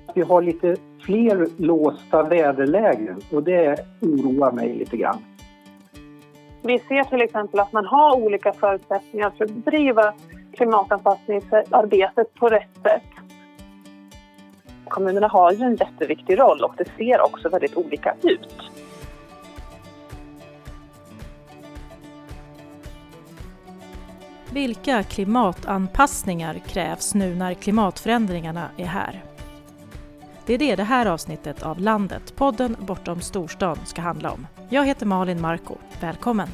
Vi har lite fler låsta väderlägen och det oroar mig lite grann. Vi ser till exempel att man har olika förutsättningar för att bedriva klimatanpassningsarbetet på rätt sätt. Kommunerna har ju en jätteviktig roll och det ser också väldigt olika ut. Vilka klimatanpassningar krävs nu när klimatförändringarna är här? Det är det här avsnittet av Landet, podden Bortom storstan, ska handla om. Jag heter Malin Marko. Välkommen!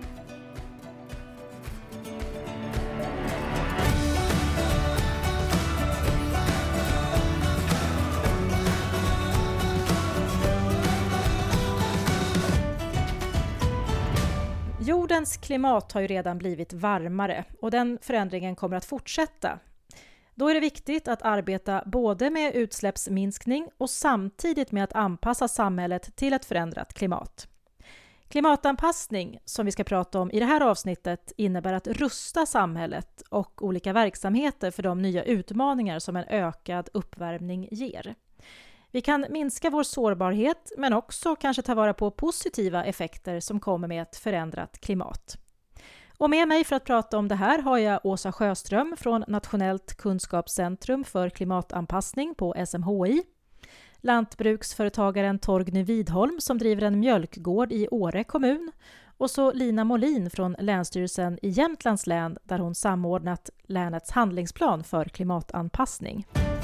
Jordens klimat har ju redan blivit varmare och den förändringen kommer att fortsätta. Då är det viktigt att arbeta både med utsläppsminskning och samtidigt med att anpassa samhället till ett förändrat klimat. Klimatanpassning, som vi ska prata om i det här avsnittet, innebär att rusta samhället och olika verksamheter för de nya utmaningar som en ökad uppvärmning ger. Vi kan minska vår sårbarhet men också kanske ta vara på positiva effekter som kommer med ett förändrat klimat. Och med mig för att prata om det här har jag Åsa Sjöström från Nationellt kunskapscentrum för klimatanpassning på SMHI. Lantbruksföretagaren Torgny Widholm som driver en mjölkgård i Åre kommun. Och så Lina Molin från Länsstyrelsen i Jämtlands län där hon samordnat länets handlingsplan för klimatanpassning.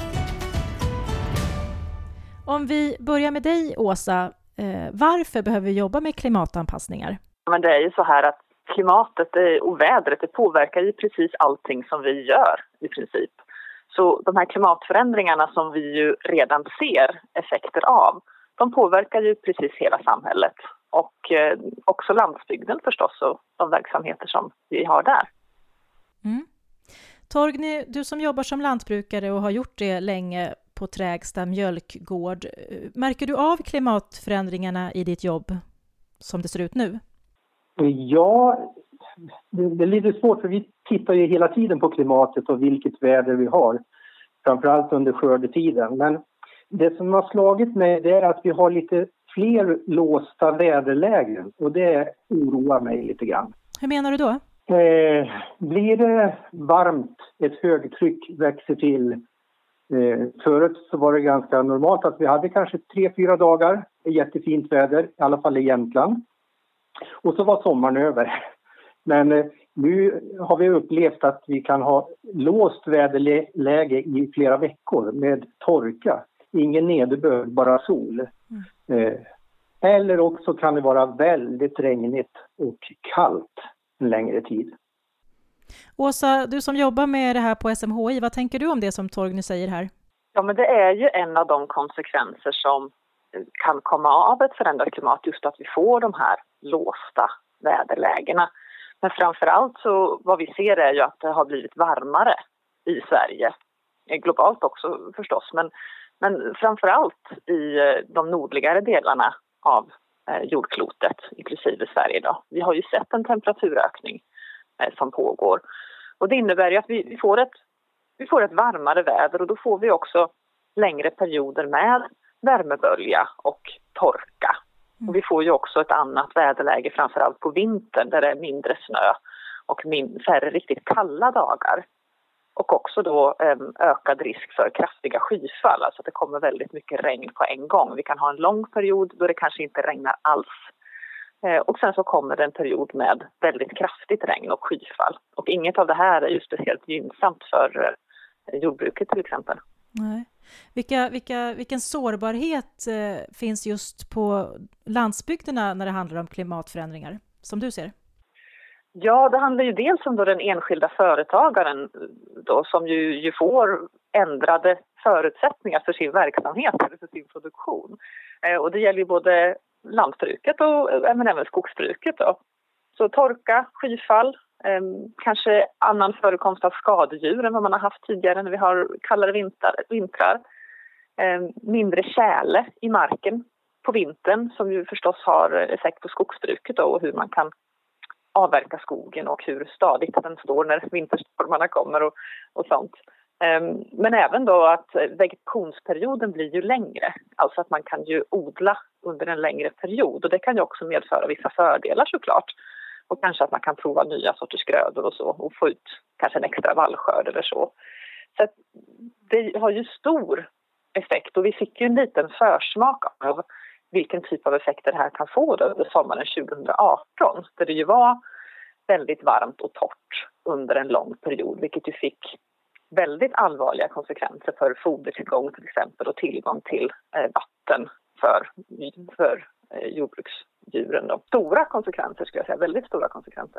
Om vi börjar med dig, Åsa, varför behöver vi jobba med klimatanpassningar? Men det är ju så här att klimatet och vädret det påverkar ju precis allting som vi gör i princip. Så de här klimatförändringarna som vi ju redan ser effekter av, de påverkar ju precis hela samhället. Och också landsbygden förstås och de verksamheter som vi har där. Mm. Torgny, du som jobbar som lantbrukare och har gjort det länge på Trägsta mjölkgård. Märker du av klimatförändringarna i ditt jobb som det ser ut nu? Ja, det är lite svårt för vi tittar ju hela tiden på klimatet och vilket väder vi har. Framförallt under skördetiden. Men det som har slagit mig det är att vi har lite fler låsta väderlägen och det oroar mig lite grann. Hur menar du då? Blir det varmt, ett högtryck växer till. Förut så var det ganska normalt att vi hade kanske 3-4 dagar jättefint väder, i alla fall i Jämtland. Och så var sommaren över. Men nu har vi upplevt att vi kan ha låst väderläge i flera veckor med torka. Ingen nederbörd, bara sol. Eller också kan det vara väldigt regnigt och kallt en längre tid. Åsa, du som jobbar med det här på SMHI, vad tänker du om det som Torgny säger här? Ja, men det är ju en av de konsekvenser som kan komma av ett förändrat klimat, just att vi får de här låsta väderlägena. Men framförallt så vad vi ser är ju att det har blivit varmare i Sverige. Globalt också förstås, men framförallt i de nordligare delarna av jordklotet, inklusive Sverige då. Vi har ju sett en temperaturökning som pågår. Och det innebär ju att vi får ett varmare väder och då får vi också längre perioder med värmebölja och torka. Och vi får ju också ett annat väderläge framförallt på vintern där det är mindre snö och färre riktigt kalla dagar. Och också då ökad risk för kraftiga skyfall, alltså att det kommer väldigt mycket regn på en gång. Vi kan ha en lång period då det kanske inte regnar alls. Och sen så kommer det en period med väldigt kraftigt regn och skyfall. Och inget av det här är ju speciellt gynnsamt för jordbruket till exempel. Nej. Vilken sårbarhet finns just på landsbygderna när det handlar om klimatförändringar, som du ser? Ja, det handlar ju dels om då den enskilda företagaren då, som ju får ändrade förutsättningar för sin verksamhet eller för sin produktion. Och det gäller ju både lantbruket och men även skogsbruket då. Så torka, skyfall, kanske annan förekomst av skadedjur än vad man har haft tidigare när vi har kallare vintrar. Mindre tjäle i marken på vintern som ju förstås har effekt på skogsbruket då, och hur man kan avverka skogen och hur stadigt den står när vinterstormarna kommer och sånt. Men även då att vegetationsperioden blir ju längre. Alltså att man kan ju odla under en längre period. Och det kan ju också medföra vissa fördelar såklart. Och kanske att man kan prova nya sorters grödor och så. Och få ut kanske en extra vallskörd eller så. Så att det har ju stor effekt. Och vi fick ju en liten försmak av vilken typ av effekter det här kan få då under sommaren 2018. Där det ju var väldigt varmt och torrt under en lång period. Vilket ju fick väldigt allvarliga konsekvenser för fodertillgång till exempel och tillgång till vatten för jordbruksdjuren. Då. Stora konsekvenser skulle jag säga, väldigt stora konsekvenser.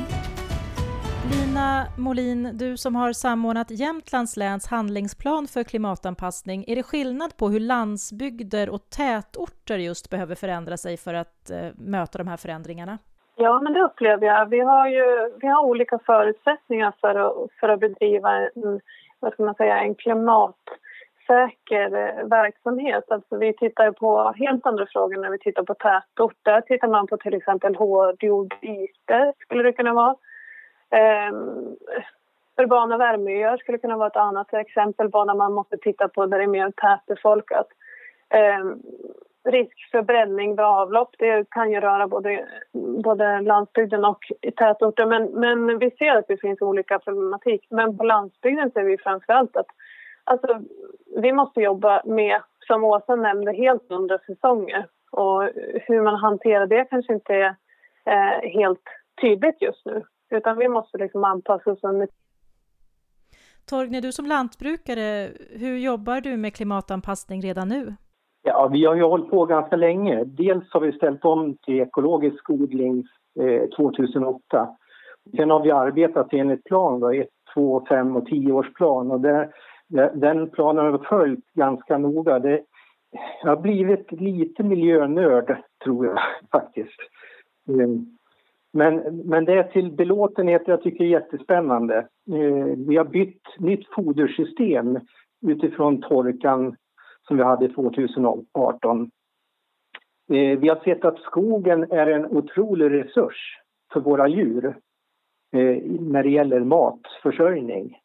Lina Molin, du som har samordnat Jämtlands läns handlingsplan för klimatanpassning, är det skillnad på hur landsbygder och tätorter just behöver förändra sig för att möta de här förändringarna? Ja, men det upplever jag. Vi har olika förutsättningar för att bedriva en klimatsäker verksamhet. Alltså vi tittar på helt andra frågor när vi tittar på tätorter. Tittar man på till exempel hårdjordbyte skulle det kunna vara. Urbana värmeöar skulle kunna vara ett annat exempel bara man måste titta på där det är mer tätbefolkat. Risk för bränning vid avlopp, det kan ju röra både landsbygden och tätorter. Men vi ser att det finns olika problematik. Men på landsbygden ser vi framförallt att alltså, vi måste jobba med, som Åsa nämnde, helt under säsonger. Och hur man hanterar det kanske inte är helt tydligt just nu. Utan vi måste liksom anpassa oss. Torgny, du som lantbrukare, hur jobbar du med klimatanpassning redan nu? Ja, vi har ju hållit på ganska länge. Dels har vi ställt om till ekologisk odling 2008. Sen har vi arbetat enligt plan, då, 1, 2, 5 och 10 års plan. Och den planen har vi följt ganska noga. Jag har blivit lite miljönörd, tror jag faktiskt. Men det är till belåtenhet jag tycker är jättespännande. Vi har bytt nytt fodersystem utifrån torkan som vi hade 2018. Vi har sett att skogen är en otrolig resurs för våra djur när det gäller matförsörjning.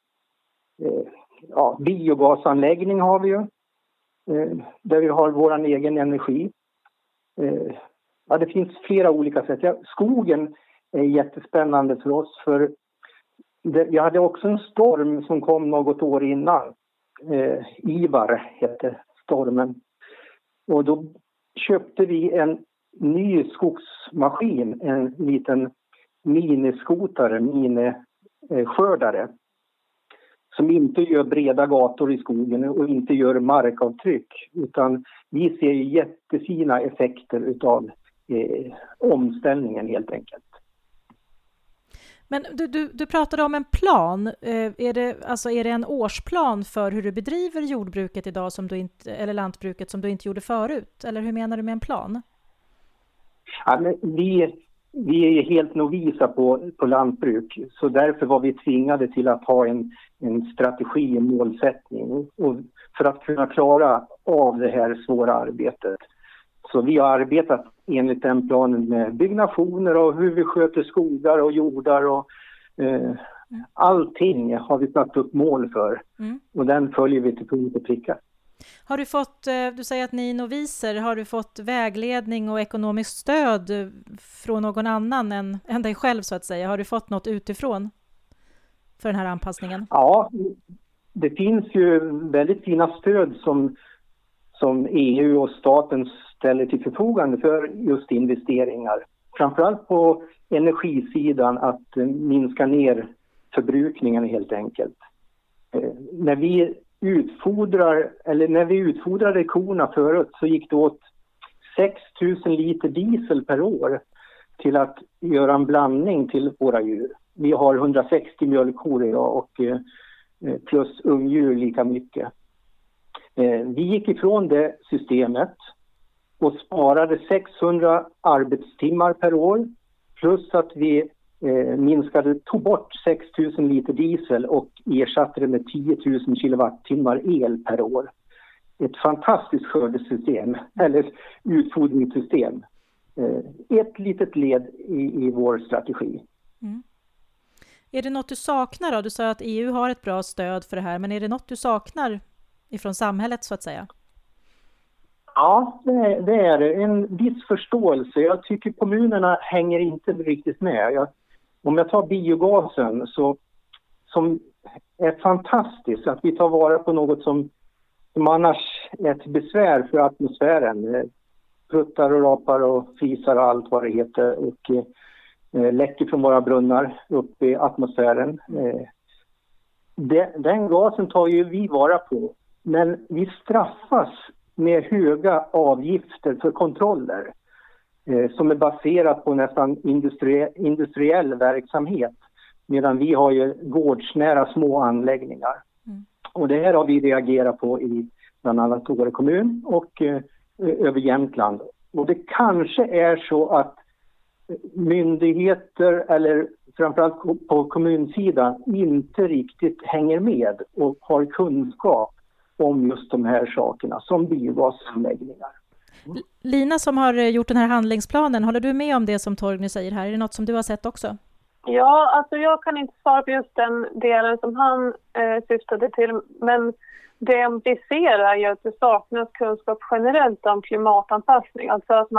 Biogasanläggning har vi ju, där vi har vår egen energi. Det finns flera olika sätt. Skogen är jättespännande för oss, för vi hade också en storm som kom något år innan. Ivar hette stormen. Och då köpte vi en ny skogsmaskin, en liten miniskotare, miniskördare, som inte gör breda gator i skogen och inte gör markavtryck, utan vi ser jättefina effekter utav omställningen helt enkelt. Men du pratade om en plan. Är det en årsplan för hur du bedriver jordbruket idag eller lantbruket som du inte gjorde förut? Eller hur menar du med en plan? Ja, men vi är helt novisa på lantbruk, så därför var vi tvingade till att ha en strategi, en målsättning och för att kunna klara av det här svåra arbetet. Så vi har arbetat enligt den planen med byggnationer och hur vi sköter skogar och jordar och allting har vi satt upp mål för. Och den följer vi till punkt och pricka. Har du fått, du säger att ni är noviser, har du fått vägledning och ekonomiskt stöd från någon annan än dig själv så att säga? Har du fått något utifrån för den här anpassningen? Ja, det finns ju väldigt fina stöd som EU och staten ställer till förfogande för just investeringar. Framförallt på energisidan, att minska ner förbrukningen helt enkelt. När vi utfodrade korna förut så gick det åt 6 000 liter diesel per år till att göra en blandning till våra djur. Vi har 160 mjölkkor idag och plus ungdjur lika mycket. Vi gick ifrån det systemet och sparade 600 arbetstimmar per år, plus att vi tog bort 6 000 liter diesel och ersatte det med 10 000 kilowattimmar el per år. Ett fantastiskt skördesystem, eller utfodringssystem. Ett litet led i vår strategi. Är det något du saknar då? Du sa att EU har ett bra stöd för det här, men är det något du saknar ifrån samhället så att säga? Ja, det är det. En viss förståelse. Jag tycker kommunerna hänger inte riktigt med. Om jag tar biogasen som är fantastiskt att vi tar vara på något som annars är ett besvär för atmosfären. Pruttar och rapar och fisar och allt vad det heter och läcker från våra brunnar upp i atmosfären. Den gasen tar ju vi vara på, men vi straffas med höga avgifter för kontroller som är baserat på nästan industriell verksamhet, medan vi har ju gårdsnära små anläggningar. Och det här har vi reagerat på i bland annat Åre kommun och över Jämtland. Och det kanske är så att myndigheter eller framförallt på kommunsidan inte riktigt hänger med och har kunskap om just de här sakerna som biogasanläggningar. Lina som har gjort den här handlingsplanen, håller du med om det som Torgny säger här? Är det något som du har sett också? Ja, alltså jag kan inte svara på just den delen som han syftade till, men det vi ser är ju att det saknas kunskap generellt om klimatanpassning. Alltså att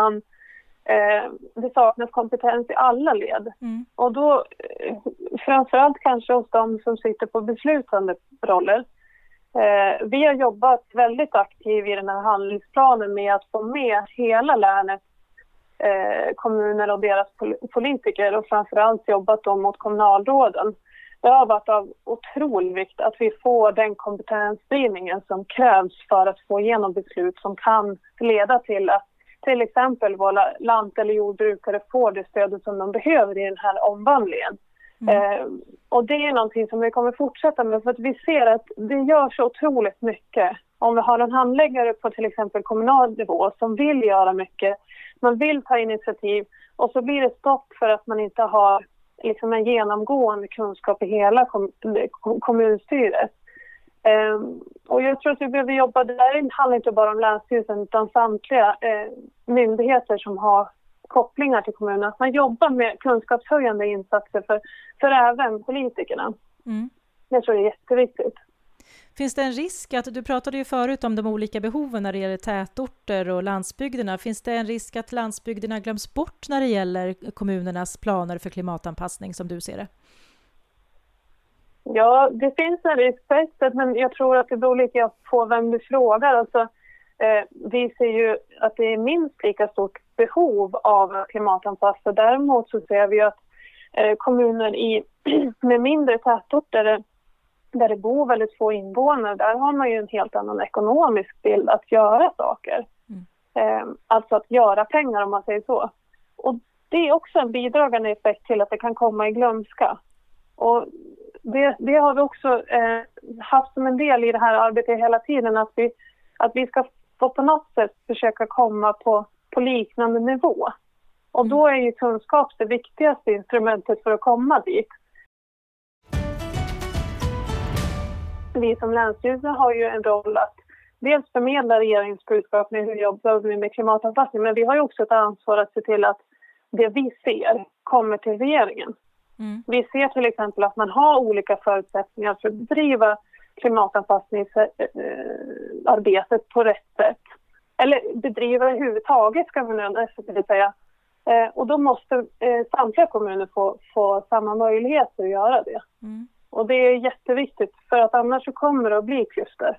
det saknas kompetens i alla led. Och då framförallt kanske hos de som sitter på beslutande roller. Vi har jobbat väldigt aktivt i den här handlingsplanen med att få med hela länet, kommuner och deras politiker, och framförallt jobbat då mot kommunalråden. Det har varit av otrolig vikt att vi får den kompetensspridningen som krävs för att få igenom beslut som kan leda till att till exempel våra lant- eller jordbrukare får det stödet som de behöver i den här omvandlingen. Och det är någonting som vi kommer fortsätta med, för att vi ser att det gör så otroligt mycket. Om vi har en handläggare på till exempel kommunal nivå som vill göra mycket, man vill ta initiativ, och så blir det stopp för att man inte har liksom en genomgående kunskap i hela kommunstyret. Och jag tror att vi behöver jobba, det där handlar inte bara om Länsstyrelsen utan samtliga myndigheter som har kopplingar till kommunen, att man jobbar med kunskapshöjande insatser för även politikerna. Jag tror det är jätteviktigt. Finns det en risk att, du pratade ju förut om de olika behoven när det gäller tätorter och landsbygderna, finns det en risk att landsbygderna glöms bort när det gäller kommunernas planer för klimatanpassning som du ser det? Ja, det finns en risk på ett sätt, men jag tror att det beror lite på vem du frågar. Alltså, vi ser ju att det är minst lika stort behov av klimatanpassa. Däremot så ser vi att kommuner med mindre tätorter där det bor väldigt få invånare, där har man ju en helt annan ekonomisk bild att göra saker. Alltså att göra pengar, om man säger så. Och det är också en bidragande effekt till att det kan komma i glömska. Och det har vi också haft som en del i det här arbetet hela tiden, att vi ska få på något sätt försöka komma på liknande nivå. Och då är ju kunskap det viktigaste instrumentet för att komma dit. Vi som länsstyrelse har ju en roll att dels förmedla regeringens budskap med hur jobbar vi med klimatanpassning, men vi har ju också ett ansvar att se till att det vi ser kommer till regeringen. Vi ser till exempel att man har olika förutsättningar för att bedriva klimatanpassningsarbetet på rätt sätt. Eller bedriva överhuvudtaget, ska man säga. Och då måste samtliga kommuner få samma möjligheter att göra det. Och det är jätteviktigt, för att annars så kommer det att bli klyftor.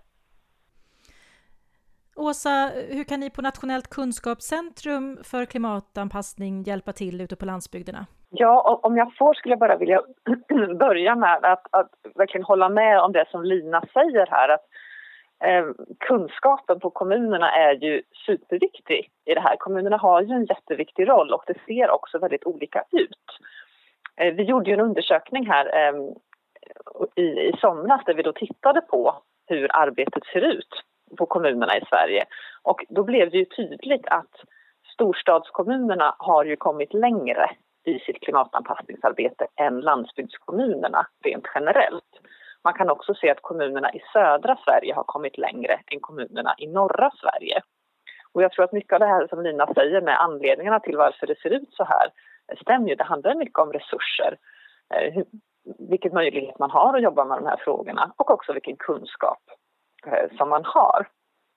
Åsa, hur kan ni på Nationellt kunskapscentrum för klimatanpassning hjälpa till ute på landsbygderna? Ja, om jag skulle jag bara vilja börja med att verkligen hålla med om det som Lina säger här. Att kunskapen på kommunerna är ju superviktig i det här. Kommunerna har ju en jätteviktig roll, och det ser också väldigt olika ut. Vi gjorde ju en undersökning här i somras där vi då tittade på hur arbetet ser ut på kommunerna i Sverige. Och då blev det ju tydligt att storstadskommunerna har ju kommit längre i sitt klimatanpassningsarbete än landsbygdskommunerna rent generellt. Man kan också se att kommunerna i södra Sverige har kommit längre än kommunerna i norra Sverige. Och jag tror att mycket av det här som Lina säger med anledningarna till varför det ser ut så här stämmer ju. Det handlar mycket om resurser. vilken möjlighet man har att jobba med de här frågorna och också vilken kunskap som man har.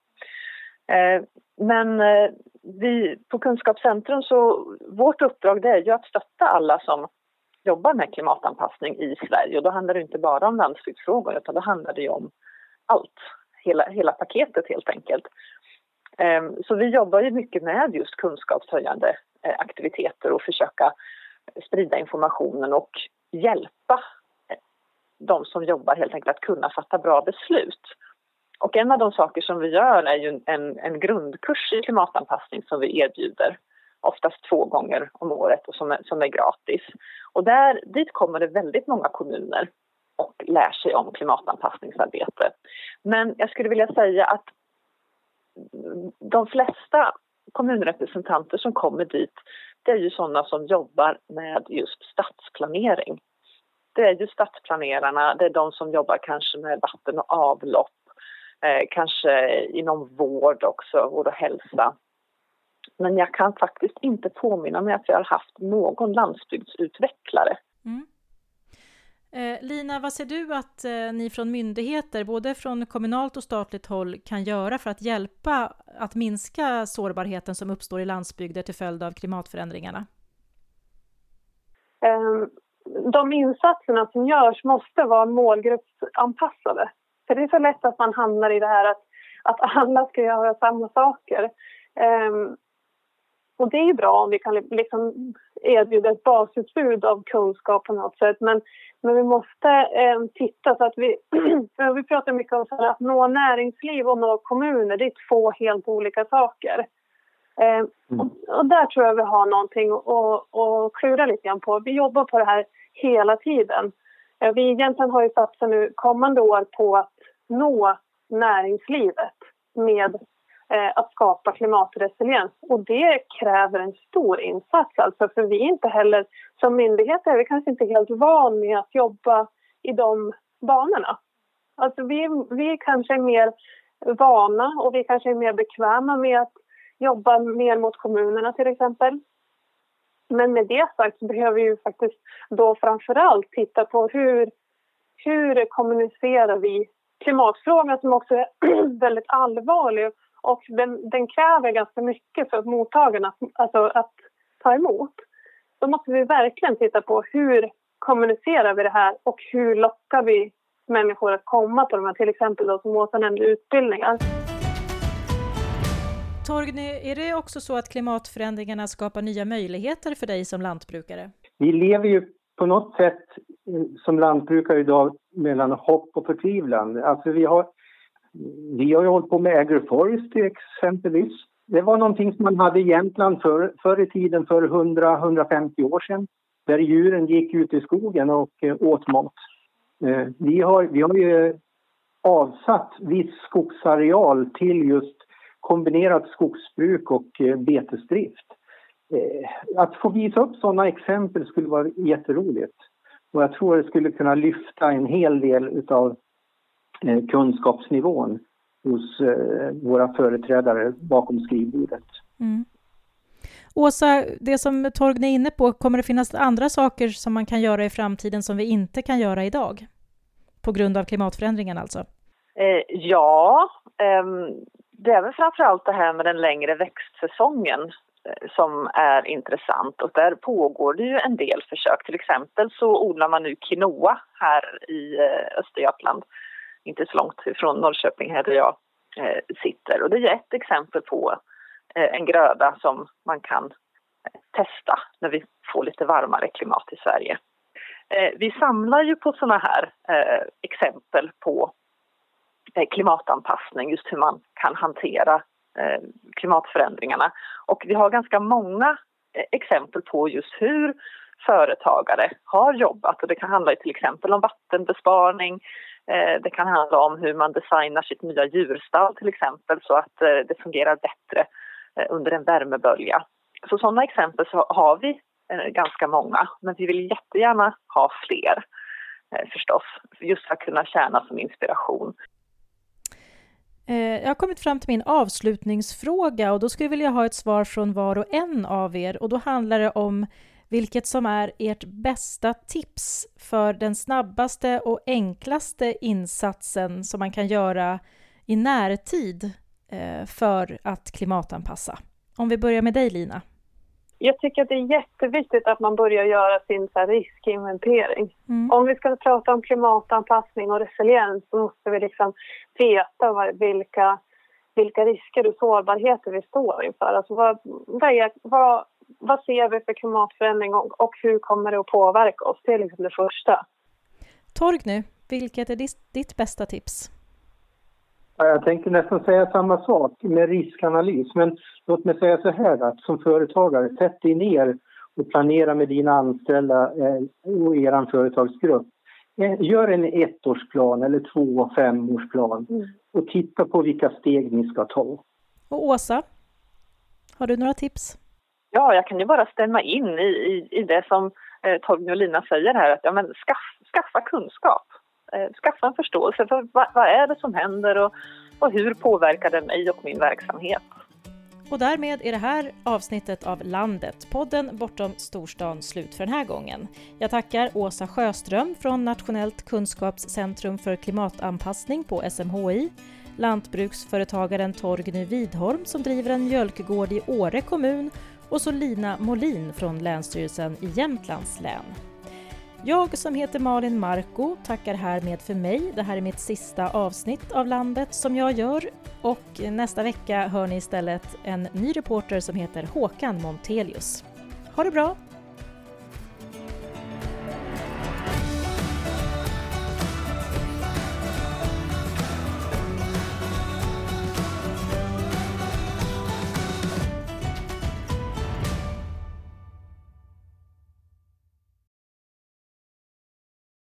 Men vi på Kunskapscentrum, så vårt uppdrag det är ju att stötta alla som jobbar med klimatanpassning i Sverige. Och då handlar det inte bara om landsbygdsfrågor, utan då handlar det ju om allt, hela paketet helt enkelt. Så vi jobbar ju mycket med just kunskapshöjande aktiviteter och försöka sprida informationen och hjälpa de som jobbar helt enkelt att kunna fatta bra beslut. Och en av de saker som vi gör är ju en grundkurs i klimatanpassning som vi erbjuder oftast 2 gånger om året och som är gratis. Och dit kommer det väldigt många kommuner och lär sig om klimatanpassningsarbete. Men jag skulle vilja säga att de flesta kommunrepresentanter som kommer dit, det är ju sådana som jobbar med just stadsplanering. Det är ju stadsplanerarna, det är de som jobbar kanske med vatten och avlopp, kanske inom vård också, vård och hälsa. Men jag kan faktiskt inte påminna mig att vi har haft någon landsbygdsutvecklare. Mm. Lina, vad ser du att ni från myndigheter, både från kommunalt och statligt håll, kan göra för att hjälpa att minska sårbarheten som uppstår i landsbygder till följd av klimatförändringarna? De insatserna som görs måste vara målgruppsanpassade. För det är så lätt att man hamnar i det här att alla ska göra samma saker. Och det är ju bra om vi kan liksom erbjuda ett basutbud av kunskap på något sätt. Men vi måste titta så att vi pratar mycket om att nå näringsliv och nå kommuner. Det är 2 helt olika saker. Och där tror jag vi har någonting att klura lite grann på. Vi jobbar på det här hela tiden. Vi egentligen har ju satsat nu kommande år på att nå näringslivet med att skapa klimatresiliens. Och det kräver en stor insats. Alltså, för vi är inte heller, som myndigheter, vi kanske inte helt van med att jobba i de banorna. Alltså vi kanske är mer vana och vi kanske är mer bekväma med att jobba mer mot kommunerna till exempel. Men med det sagt så behöver vi ju faktiskt då framförallt titta på hur kommunicerar vi klimatfrågan, som också är väldigt allvarlig, och den kräver ganska mycket för mottagarna, alltså att ta emot. Då måste vi verkligen titta på hur kommunicerar vi det här och hur lockar vi människor att komma på de här, till exempel då, som Åsa nämnde, utbildningar. Torgny, är det också så att klimatförändringarna skapar nya möjligheter för dig som lantbrukare? Vi lever ju på något sätt som lantbrukare idag mellan hopp och förtvivlan. Alltså vi har ju hållit på med agroforestry exempelvis. Det var någonting som man hade i Jämtland förr i tiden, för 100-150 år sedan. Där djuren gick ut i skogen och åt mat. Vi har ju avsatt viss skogsareal till just kombinerat skogsbruk och betesdrift. Att få visa upp sådana exempel skulle vara jätteroligt. Och jag tror det skulle kunna lyfta en hel del av kunskapsnivån hos våra företrädare bakom skrivbordet. Mm. Åsa, det som Torgny är inne på, kommer det finnas andra saker som man kan göra i framtiden som vi inte kan göra idag? På grund av klimatförändringen alltså? Ja, det är väl framförallt det här med den längre växtsäsongen som är intressant, och där pågår det ju en del försök. Till exempel så odlar man nu quinoa här i Östergötland, inte så långt ifrån Norrköping här där jag sitter. Och det är ett exempel på en gröda som man kan testa när vi får lite varmare klimat i Sverige. Vi samlar ju på såna här exempel på klimatanpassning, just hur man kan hantera klimatförändringarna. Och vi har ganska många exempel på just hur företagare har jobbat. Och det kan handla till exempel om vattenbesparing. Det kan handla om hur man designar sitt nya djurstall till exempel, så att det fungerar bättre under en värmebölja. Så sådana exempel så har vi ganska många, men vi vill jättegärna ha fler förstås, just för att kunna tjäna som inspiration. Jag har kommit fram till min avslutningsfråga, och då skulle jag vilja ha ett svar från var och en av er. Och då handlar det om vilket som är ert bästa tips för den snabbaste och enklaste insatsen som man kan göra i närtid för att klimatanpassa. Om vi börjar med dig, Lina. Jag tycker att det är jätteviktigt att man börjar göra sin riskinventering. Om vi ska prata om klimatanpassning och resiliens så måste vi liksom veta vilka risker och sårbarheter vi står inför. Alltså vad ser vi för klimatförändring och hur kommer det att påverka oss? Det är liksom det första. Torgny, vilket är ditt bästa tips? Jag tänkte nästan säga samma sak med riskanalys, men låt mig säga så här att som företagare, sätt dig ner och planera med dina anställda och er företagsgrupp. Gör en 1-årsplan eller 2- och 5-årsplan och titta på vilka steg ni ska ta. Och Åsa, har du några tips? Ja, jag kan ju bara stämma in i det som Torgny och Lina säger här. Att, skaffa kunskap. Skaffa en förståelse för vad är det som händer och hur påverkar det mig och min verksamhet. Och därmed är det här avsnittet av Landet, podden bortom storstan, slut för den här gången. Jag tackar Åsa Sjöström från Nationellt kunskapscentrum för klimatanpassning på SMHI, lantbruksföretagaren Torgny Widholm som driver en mjölkgård i Åre kommun och så Lina Molin från Länsstyrelsen i Jämtlands län. Jag som heter Malin Marko tackar härmed för mig. Det här är mitt sista avsnitt av Landet som jag gör. Och nästa vecka hör ni istället en ny reporter som heter Håkan Montelius. Ha det bra!